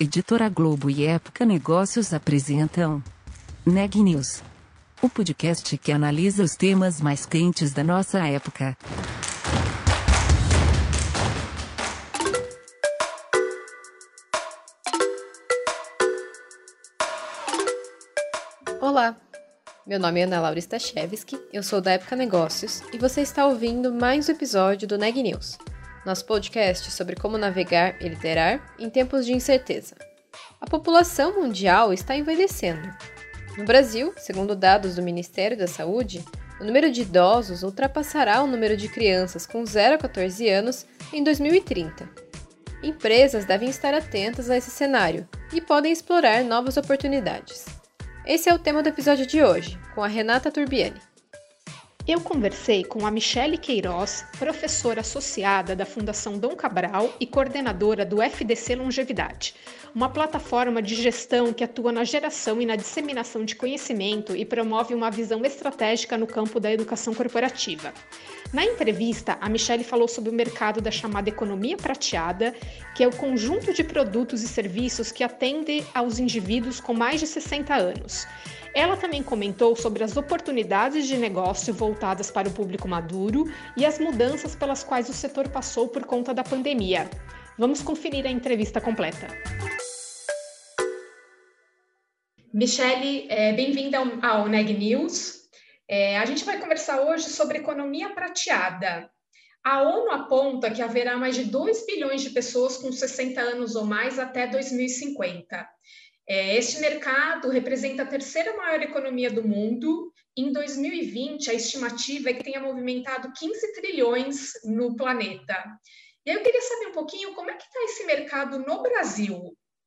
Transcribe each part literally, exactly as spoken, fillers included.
Editora Globo e Época Negócios apresentam Neg News, o podcast que analisa os temas mais quentes da nossa época. Olá, meu nome é Ana Laura Stachewski, eu sou da Época Negócios e você está ouvindo mais um episódio do Neg News, nosso podcast sobre como navegar e liderar em tempos de incerteza. A população mundial está envelhecendo. No Brasil, segundo dados do Ministério da Saúde, o número de idosos ultrapassará o número de crianças com zero a quatorze anos em dois mil e trinta. Empresas devem estar atentas a esse cenário e podem explorar novas oportunidades. Esse é o tema do episódio de hoje, com a Renata Turbiani. Eu conversei com a Michele Queiroz, professora associada da Fundação Dom Cabral e coordenadora do F D C Longevidade, uma plataforma de gestão que atua na geração e na disseminação de conhecimento e promove uma visão estratégica no campo da educação corporativa. Na entrevista, a Michele falou sobre o mercado da chamada economia prateada, que é o conjunto de produtos e serviços que atende aos indivíduos com mais de sessenta anos. Ela também comentou sobre as oportunidades de negócio voltadas para o público maduro e as mudanças pelas quais o setor passou por conta da pandemia. Vamos conferir a entrevista completa. Michele, é, bem-vinda ao, ao Neg News. É, a gente vai conversar hoje sobre economia prateada. A ONU aponta que haverá mais de dois bilhões de pessoas com sessenta anos ou mais até dois mil e cinquenta. É, este mercado representa a terceira maior economia do mundo. Em dois mil e vinte, a estimativa é que tenha movimentado quinze trilhões no planeta. E aí eu queria saber um pouquinho como é que está esse mercado no Brasil.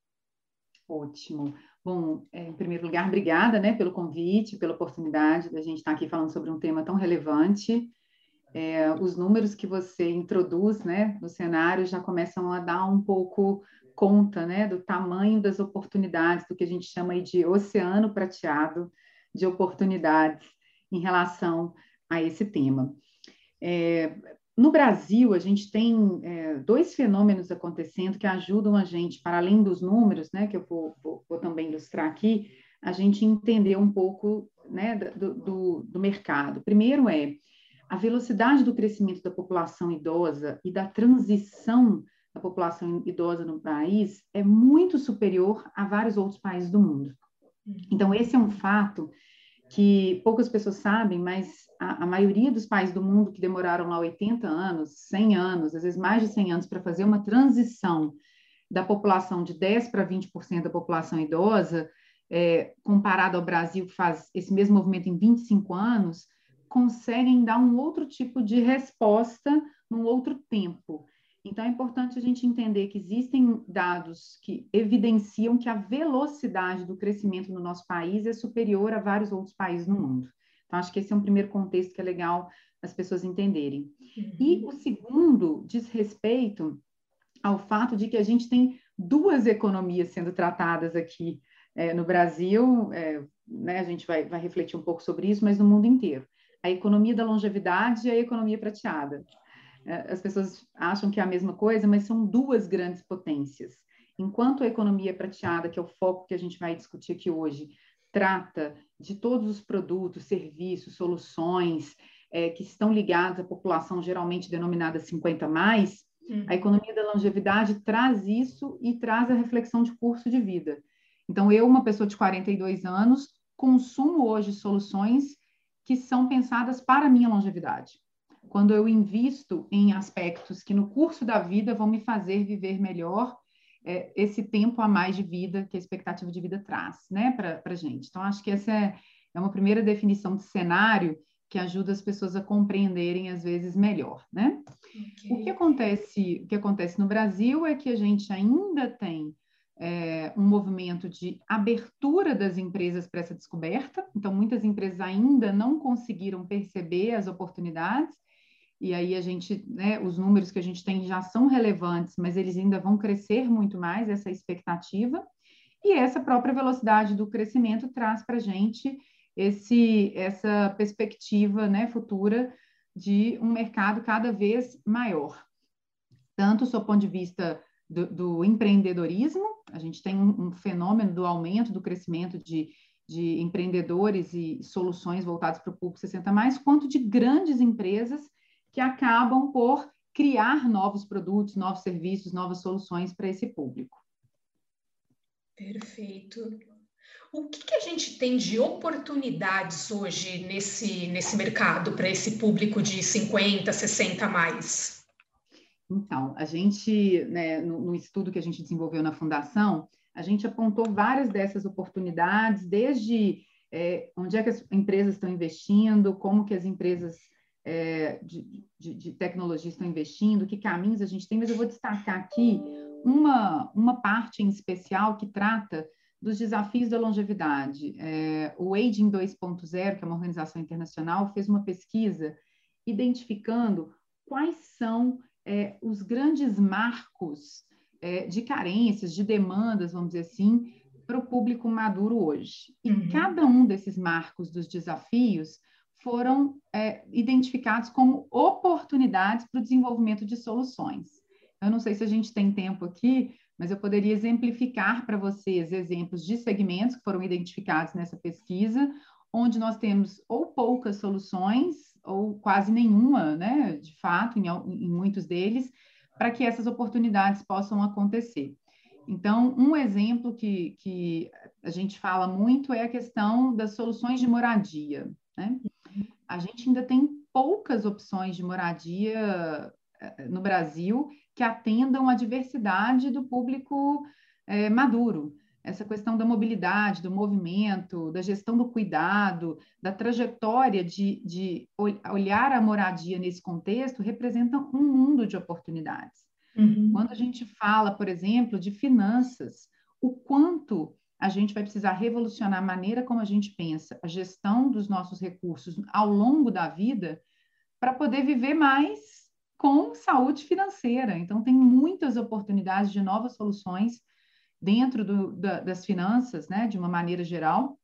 Ótimo. Bom, em primeiro lugar, obrigada, né, pelo convite, pela oportunidade da gente estar aqui falando sobre um tema tão relevante. É, os números que você introduz, né, no cenário já começam a dar um pouco conta, né, do tamanho das oportunidades, do que a gente chama aí de oceano prateado de oportunidades em relação a esse tema. É, no Brasil, a gente tem é, dois fenômenos acontecendo que ajudam a gente, para além dos números, né, que eu vou, vou, vou também ilustrar aqui, a gente entender um pouco, né, do, do, do mercado. Primeiro é a velocidade do crescimento da população idosa e da transição da população idosa no país é muito superior a vários outros países do mundo. Então, esse é um fato que poucas pessoas sabem, mas a, a maioria dos países do mundo que demoraram lá oitenta anos, cem anos, às vezes mais de cem anos, para fazer uma transição da população de dez para vinte por cento da população idosa, é, comparado ao Brasil, que faz esse mesmo movimento em vinte e cinco anos, conseguem dar um outro tipo de resposta num outro tempo. Então, é importante a gente entender que existem dados que evidenciam que a velocidade do crescimento no nosso país é superior a vários outros países no mundo. Então, acho que esse é um primeiro contexto que é legal as pessoas entenderem. Uhum. E o segundo diz respeito ao fato de que a gente tem duas economias sendo tratadas aqui é, no Brasil, é, né, a gente vai, vai refletir um pouco sobre isso, mas no mundo inteiro. A economia da longevidade e a economia prateada. As pessoas acham que é a mesma coisa, mas são duas grandes potências. Enquanto a economia prateada, que é o foco que a gente vai discutir aqui hoje, trata de todos os produtos, serviços, soluções é, que estão ligados à população geralmente denominada cinquenta mais, uhum. A economia da longevidade traz isso e traz a reflexão de curso de vida. Então, eu, uma pessoa de quarenta e dois anos, consumo hoje soluções que são pensadas para a minha longevidade. Quando eu invisto em aspectos que no curso da vida vão me fazer viver melhor é, esse tempo a mais de vida que a expectativa de vida traz, né, para a gente. Então, acho que essa é, é uma primeira definição de cenário que ajuda as pessoas a compreenderem, às vezes, melhor, né? Okay. O que acontece, o que acontece no Brasil é que a gente ainda tem é, um movimento de abertura das empresas para essa descoberta. Então, muitas empresas ainda não conseguiram perceber as oportunidades. E aí a gente, né, os números que a gente tem já são relevantes, mas eles ainda vão crescer muito mais, essa expectativa. E essa própria velocidade do crescimento traz para a gente esse, essa perspectiva, né, futura de um mercado cada vez maior. Tanto do ponto de vista do, do empreendedorismo. A gente tem um, um fenômeno do aumento, do crescimento de, de empreendedores e soluções voltadas para o público sessenta mais, quanto de grandes empresas que acabam por criar novos produtos, novos serviços, novas soluções para esse público. Perfeito. O que, que a gente tem de oportunidades hoje nesse, nesse mercado para esse público de cinquenta, sessenta mais? Então, a gente, né, no, no estudo que a gente desenvolveu na Fundação, a gente apontou várias dessas oportunidades, desde é, onde é que as empresas estão investindo, como que as empresas é, de, de, de tecnologia estão investindo, que caminhos a gente tem, mas eu vou destacar aqui uma, uma parte em especial que trata dos desafios da longevidade. É, o Aging dois ponto zero, que é uma organização internacional, fez uma pesquisa identificando quais são é, os grandes marcos é, de carências, de demandas, vamos dizer assim, para o público maduro hoje. E uhum. cada um desses marcos dos desafios foram é, identificados como oportunidades para o desenvolvimento de soluções. Eu não sei se a gente tem tempo aqui, mas eu poderia exemplificar para vocês exemplos de segmentos que foram identificados nessa pesquisa, onde nós temos ou poucas soluções, ou quase nenhuma, né, de fato, em, em muitos deles, para que essas oportunidades possam acontecer. Então, um exemplo que, que a gente fala muito é a questão das soluções de moradia, né? A gente ainda tem poucas opções de moradia no Brasil que atendam a diversidade do público é, maduro. Essa questão da mobilidade, do movimento, da gestão do cuidado, da trajetória de, de olhar a moradia nesse contexto, representa um mundo de oportunidades. Uhum. Quando a gente fala, por exemplo, de finanças, o quanto a gente vai precisar revolucionar a maneira como a gente pensa, a gestão dos nossos recursos ao longo da vida, para poder viver mais com saúde financeira. Então, tem muitas oportunidades de novas soluções dentro do, da, das finanças, né, de uma maneira geral,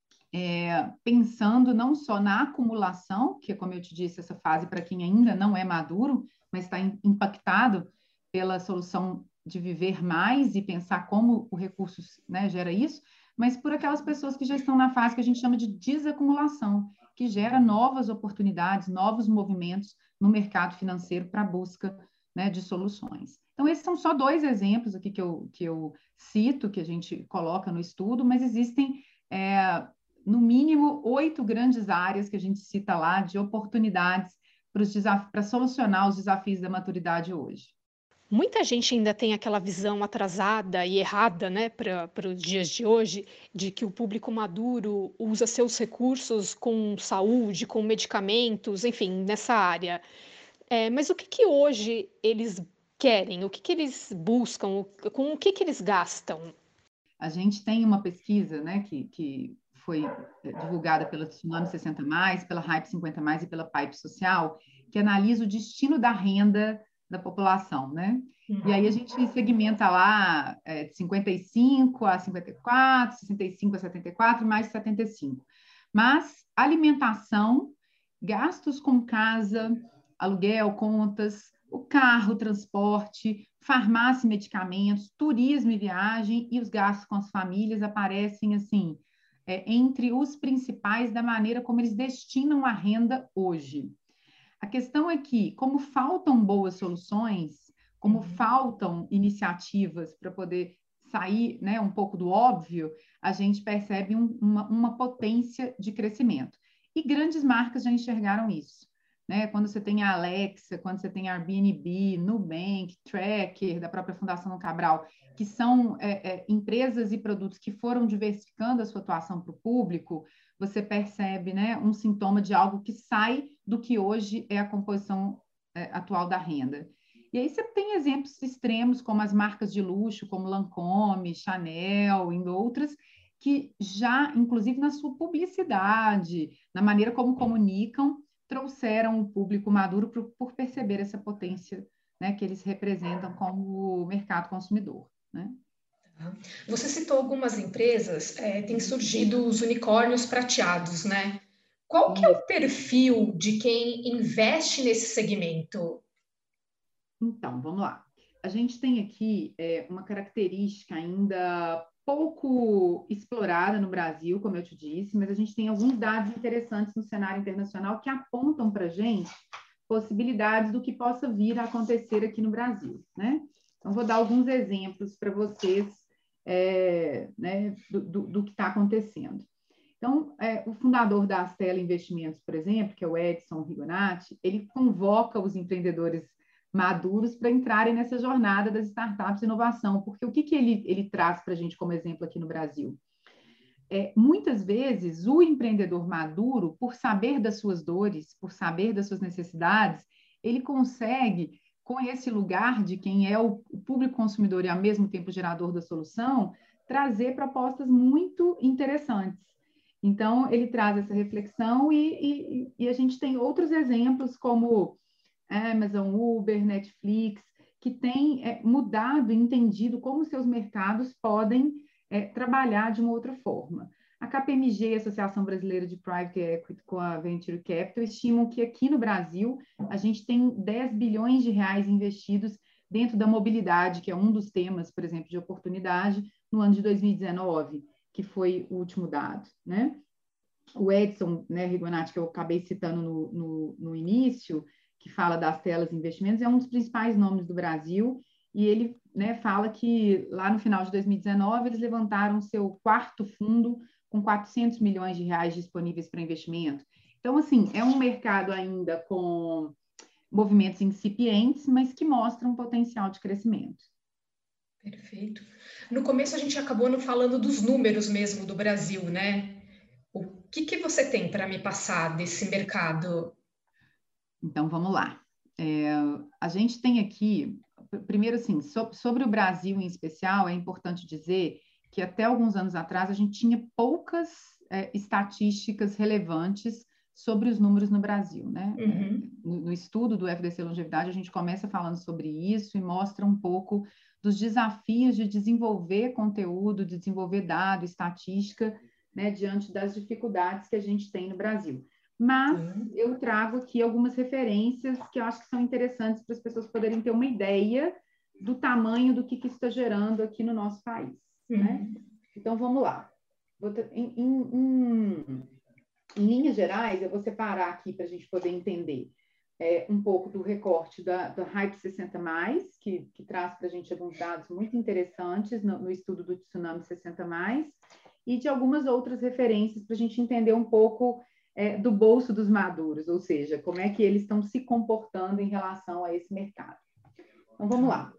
é, pensando não só na acumulação, que é, como eu te disse, essa fase para quem ainda não é maduro, mas está in, impactado pela solução de viver mais e pensar como o recurso, né, gera isso, mas por aquelas pessoas que já estão na fase que a gente chama de desacumulação, que gera novas oportunidades, novos movimentos no mercado financeiro para a busca, né, de soluções. Então, esses são só dois exemplos aqui que eu, que eu cito, que a gente coloca no estudo, mas existem, é, no mínimo, oito grandes áreas que a gente cita lá de oportunidades para solucionar os desafios da maturidade hoje. Muita gente ainda tem aquela visão atrasada e errada, né, para os dias de hoje, de que o público maduro usa seus recursos com saúde, com medicamentos, enfim, nessa área. É, mas o que, que hoje eles querem? O que, que eles buscam? Com o que, que eles gastam? A gente tem uma pesquisa, né, que, que foi divulgada pela Tsunami sessenta mais, pela Hype cinquenta mais e pela Pipe Social, que analisa o destino da renda da população, né? Uhum. E aí a gente segmenta lá é, de cinquenta e cinco a cinquenta e quatro, sessenta e cinco a setenta e quatro, mais setenta e cinco. Mas alimentação, gastos com casa, aluguel, contas, o carro, transporte, farmácia e medicamentos, turismo e viagem e os gastos com as famílias aparecem assim é, entre os principais da maneira como eles destinam a renda hoje. A questão é que, como faltam boas soluções, como uhum. faltam iniciativas para poder sair, né, um pouco do óbvio, a gente percebe um, uma, uma potência de crescimento. E grandes marcas já enxergaram isso. Né? Quando você tem a Alexa, quando você tem a Airbnb, Nubank, Tracker, da própria Fundação Cabral, que são é, é, empresas e produtos que foram diversificando a sua atuação para o público, você percebe, né, um sintoma de algo que sai do que hoje é a composição é, atual da renda. E aí você tem exemplos extremos, como as marcas de luxo, como Lancôme, Chanel, e outras, que já, inclusive na sua publicidade, na maneira como comunicam, trouxeram o público maduro por, por perceber essa potência, né, que eles representam como mercado consumidor, né? Você citou algumas empresas, é, tem surgido os unicórnios prateados, né? Qual que é o perfil de quem investe nesse segmento? Então, vamos lá. a gente tem aqui é, uma característica ainda pouco explorada no Brasil, como eu te disse, mas a gente tem alguns dados interessantes no cenário internacional que apontam para a gente possibilidades do que possa vir a acontecer aqui no Brasil, né? Então, vou dar alguns exemplos para vocês é, né, do, do, do que está acontecendo. Então, é, o fundador da Astela Investimentos, por exemplo, que é o Edson Rigonati, ele convoca os empreendedores maduros para entrarem nessa jornada das startups de inovação, porque o que, que ele, ele traz para a gente como exemplo aqui no Brasil? É, muitas vezes, o empreendedor maduro, por saber das suas dores, por saber das suas necessidades, ele consegue, com esse lugar de quem é o, o público consumidor e, ao mesmo tempo, gerador da solução, trazer propostas muito interessantes. Então, ele traz essa reflexão e, e, e a gente tem outros exemplos, como Amazon, Uber, Netflix, que têm é, mudado e entendido como seus mercados podem é, trabalhar de uma outra forma. A K P M G, Associação Brasileira de Private Equity, com a Venture Capital, estimam que aqui no Brasil a gente tem dez bilhões de reais investidos dentro da mobilidade, que é um dos temas, por exemplo, de oportunidade, no ano de dois mil e dezenove, que foi o último dado, né? O Edson, né, Rigonati, que eu acabei citando no, no, no início, que fala das telas investimentos, é um dos principais nomes do Brasil, e ele, né, fala que lá no final de dois mil e dezenove eles levantaram seu quarto fundo com quatrocentos milhões de reais disponíveis para investimento. Então, assim, é um mercado ainda com movimentos incipientes, mas que mostram um potencial de crescimento. Perfeito. No começo a gente acabou não falando dos números mesmo do Brasil, né? O que que você tem para me passar desse mercado? Então, vamos lá. É, a gente tem aqui, primeiro assim, so, sobre o Brasil em especial, é importante dizer que até alguns anos atrás a gente tinha poucas é, estatísticas relevantes sobre os números no Brasil, né? Uhum. É, no, no estudo do F D C Longevidade, a gente começa falando sobre isso e mostra um pouco dos desafios de desenvolver conteúdo, de desenvolver dado, estatística, né, diante das dificuldades que a gente tem no Brasil. Mas uhum. eu trago aqui algumas referências que eu acho que são interessantes para as pessoas poderem ter uma ideia do tamanho do que, que isso está gerando aqui no nosso país. Uhum. Né? Então, vamos lá. Vou ter, em, em, em, em linhas gerais, eu vou separar aqui para a gente poder entender é, um pouco do recorte da, do Hype sessenta mais, que, que traz para a gente alguns dados muito interessantes no, no estudo do Tsunami sessenta mais, e de algumas outras referências para a gente entender um pouco é, do bolso dos maduros, ou seja, como é que eles estão se comportando em relação a esse mercado. Então, vamos lá.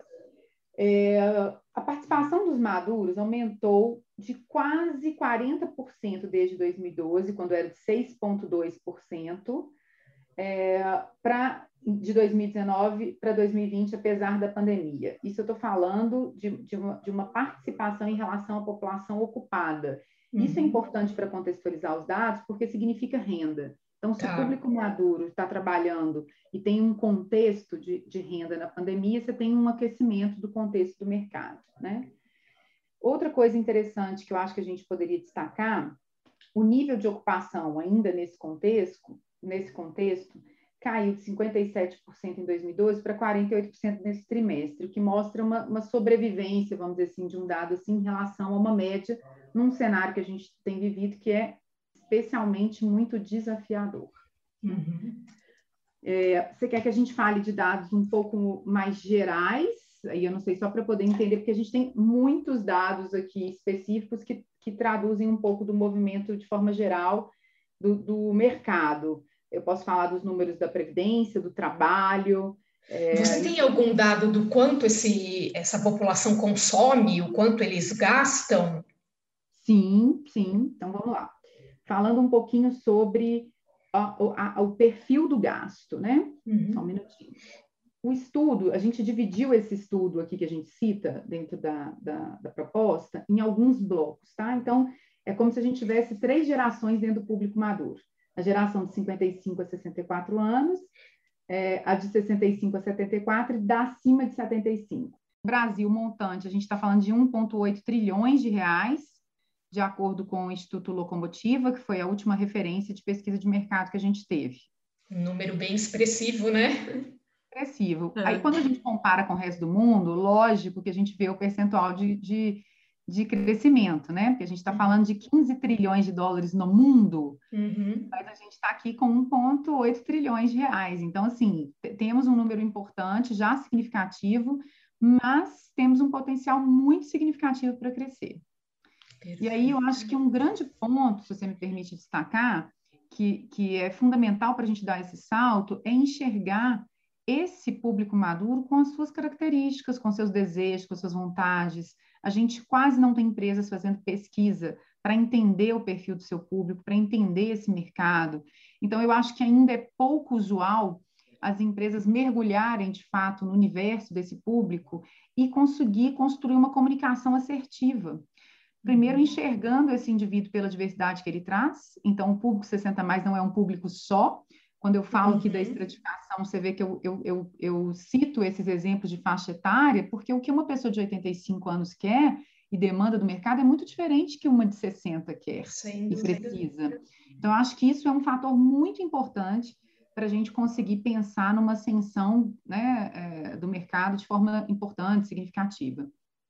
É, a participação dos maduros aumentou de quase quarenta por cento desde dois mil e doze, quando era de seis vírgula dois por cento, é, pra, de dois mil e dezenove para dois mil e vinte, apesar da pandemia. Isso eu estou falando de, de, uma, de uma participação em relação à população ocupada. Uhum. Isso é importante para contextualizar os dados, porque significa renda. Então, se tá. o público maduro está trabalhando e tem um contexto de, de renda na pandemia, você tem um aquecimento do contexto do mercado, né? Outra coisa interessante que eu acho que a gente poderia destacar, o nível de ocupação ainda nesse contexto, nesse contexto caiu de cinquenta e sete por cento em dois mil e doze para quarenta e oito por cento nesse trimestre, o que mostra uma, uma sobrevivência, vamos dizer assim, de um dado assim, em relação a uma média, num cenário que a gente tem vivido, que é especialmente muito desafiador. Uhum. É, você quer que a gente fale de dados um pouco mais gerais? Aí eu não sei, só para poder entender, porque a gente tem muitos dados aqui específicos que, que traduzem um pouco do movimento de forma geral do, do mercado. Eu posso falar dos números da Previdência, do trabalho. É... Você tem algum dado do quanto esse, essa população consome, o quanto eles gastam? Sim, sim. Então, vamos lá. Falando um pouquinho sobre a, a, o perfil do gasto, né? Uhum. Só um minutinho. O estudo, a gente dividiu esse estudo aqui que a gente cita dentro da, da, da proposta em alguns blocos, tá? Então, é como se a gente tivesse três gerações dentro do público maduro. A geração de cinquenta e cinco a sessenta e quatro anos, é, a de sessenta e cinco a setenta e quatro e da acima de setenta e cinco. No Brasil, montante, a gente está falando de um vírgula oito trilhões de reais, de acordo com o Instituto Locomotiva, que foi a última referência de pesquisa de mercado que a gente teve. Um número bem expressivo, né? expressivo. É. Aí, quando a gente compara com o resto do mundo, lógico que a gente vê o percentual de, de, de crescimento, né? Porque a gente está falando de quinze trilhões de dólares no mundo, Uhum. mas a gente está aqui com um vírgula oito trilhões de reais. Então, assim, temos um número importante, já significativo, mas temos um potencial muito significativo para crescer. Perfeito. E aí eu acho que um grande ponto, se você me permite destacar, que, que é fundamental para a gente dar esse salto, é enxergar esse público maduro com as suas características, com seus desejos, com suas vontades. A gente quase não tem empresas fazendo pesquisa para entender o perfil do seu público, para entender esse mercado. Então, eu acho que ainda é pouco usual as empresas mergulharem, de fato, no universo desse público e conseguir construir uma comunicação assertiva. Primeiro, enxergando esse indivíduo pela diversidade que ele traz. Então, o público sessenta mais não é um público só. Quando eu falo aqui Uhum. da estratificação, você vê que eu, eu, eu, eu cito esses exemplos de faixa etária, porque o que uma pessoa de oitenta e cinco anos quer e demanda do mercado é muito diferente que uma de sessenta quer Sem e dúvida. precisa. Então, acho que isso é um fator muito importante para a gente conseguir pensar numa ascensão, né, é, do mercado de forma importante, significativa.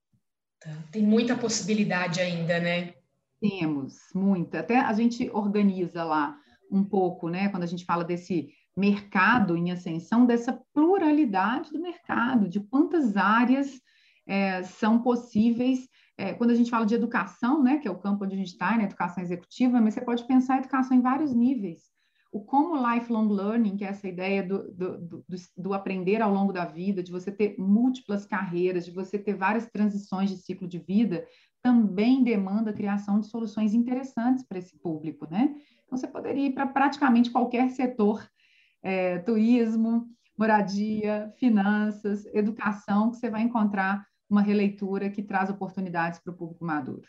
Tem muita possibilidade ainda, né? Temos, muita. Até a gente organiza lá um pouco, né, quando a gente fala desse mercado em ascensão, dessa pluralidade do mercado, de quantas áreas é, são possíveis. É, quando a gente fala de educação, né, que é o campo onde a gente está, né, educação executiva, mas você pode pensar a educação em vários níveis. O como lifelong learning, que é essa ideia do, do, do, do aprender ao longo da vida, de você ter múltiplas carreiras, de você ter várias transições de ciclo de vida, também demanda a criação de soluções interessantes para esse público, né? Então, você poderia ir para praticamente qualquer setor, é, turismo, moradia, finanças, educação, que você vai encontrar uma releitura que traz oportunidades para o público maduro.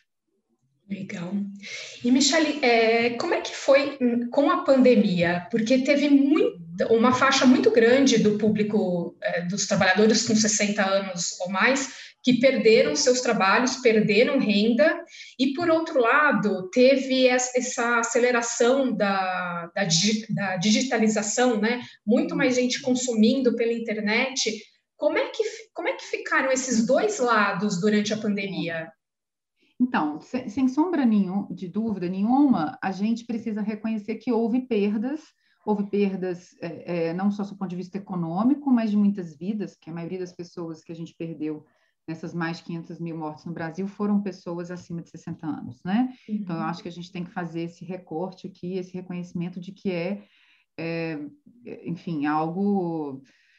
Legal. E, Michele, é, como é que foi com a pandemia? Porque teve muito, uma faixa muito grande do público, é, dos trabalhadores com sessenta anos ou mais, que perderam seus trabalhos, perderam renda, e, por outro lado, teve essa aceleração da, da, da digitalização, né? Muito mais gente consumindo pela internet. Como é que, como é que ficaram esses dois lados durante a pandemia? Então, sem, sem sombra nenhum, de dúvida nenhuma, a gente precisa reconhecer que houve perdas, houve perdas é, é, não só do ponto de vista econômico, mas de muitas vidas, que a maioria das pessoas que a gente perdeu nessas mais de quinhentas mil mortes no Brasil foram pessoas acima de sessenta anos, né? Uhum. Então, eu acho que a gente tem que fazer esse recorte aqui, esse reconhecimento de que é, é enfim, algo...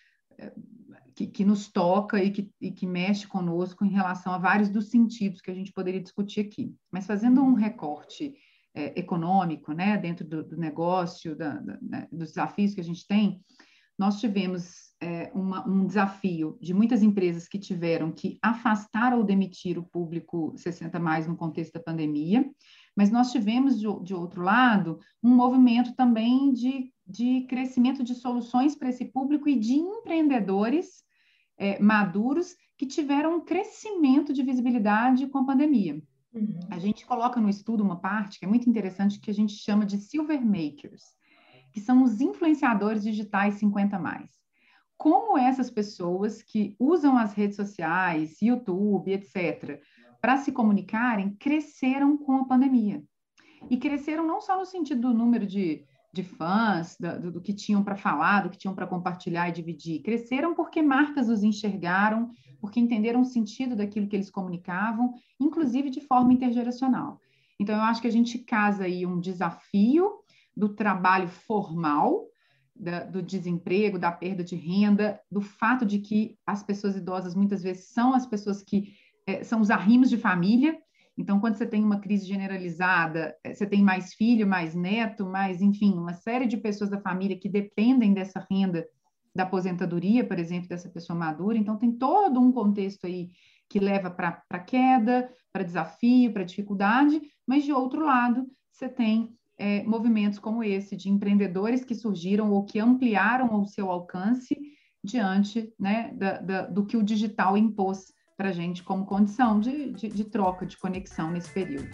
É, Que, que nos toca e que, e que mexe conosco em relação a vários dos sentidos que a gente poderia discutir aqui. Mas fazendo um recorte é, econômico, né, dentro do, do negócio, da, da, né, dos desafios que a gente tem, nós tivemos é, uma, um desafio de muitas empresas que tiveram que afastar ou demitir o público sessenta mais no contexto da pandemia, mas nós tivemos, de, de outro lado, um movimento também de, de crescimento de soluções para esse público e de empreendedores é, maduros que tiveram um crescimento de visibilidade com a pandemia. Uhum. A gente coloca no estudo uma parte que é muito interessante, que a gente chama de silver makers, que são os influenciadores digitais cinquenta mais. Como essas pessoas que usam as redes sociais, YouTube, etcétera, para se comunicarem, cresceram com a pandemia. E cresceram não só no sentido do número de, de fãs, do, do que tinham para falar, do que tinham para compartilhar e dividir. Cresceram porque marcas os enxergaram, porque entenderam o sentido daquilo que eles comunicavam, inclusive de forma intergeracional. Então, eu acho que a gente casa aí um desafio do trabalho formal, da, do desemprego, da perda de renda, do fato de que as pessoas idosas muitas vezes são as pessoas que é, são os arrimos de família. Então, quando você tem uma crise generalizada, você tem mais filho, mais neto, mais, enfim, uma série de pessoas da família que dependem dessa renda da aposentadoria, por exemplo, dessa pessoa madura. Então, tem todo um contexto aí que leva para a queda, para desafio, para dificuldade, mas, de outro lado, você tem É, movimentos como esse, de empreendedores que surgiram ou que ampliaram o seu alcance diante, né, da, da, do que o digital impôs para a gente como condição de, de, de troca, de conexão nesse período.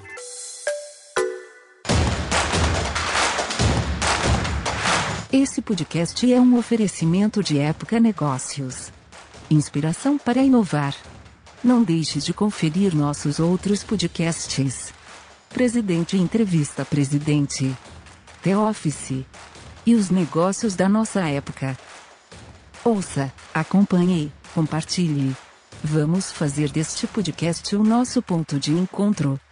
Esse podcast é um oferecimento de Época Negócios. Inspiração para inovar. Não deixe de conferir nossos outros podcasts. Presidente Entrevista Presidente. The Office. E os negócios da nossa época. Ouça, acompanhe, compartilhe. Vamos fazer deste podcast o nosso ponto de encontro.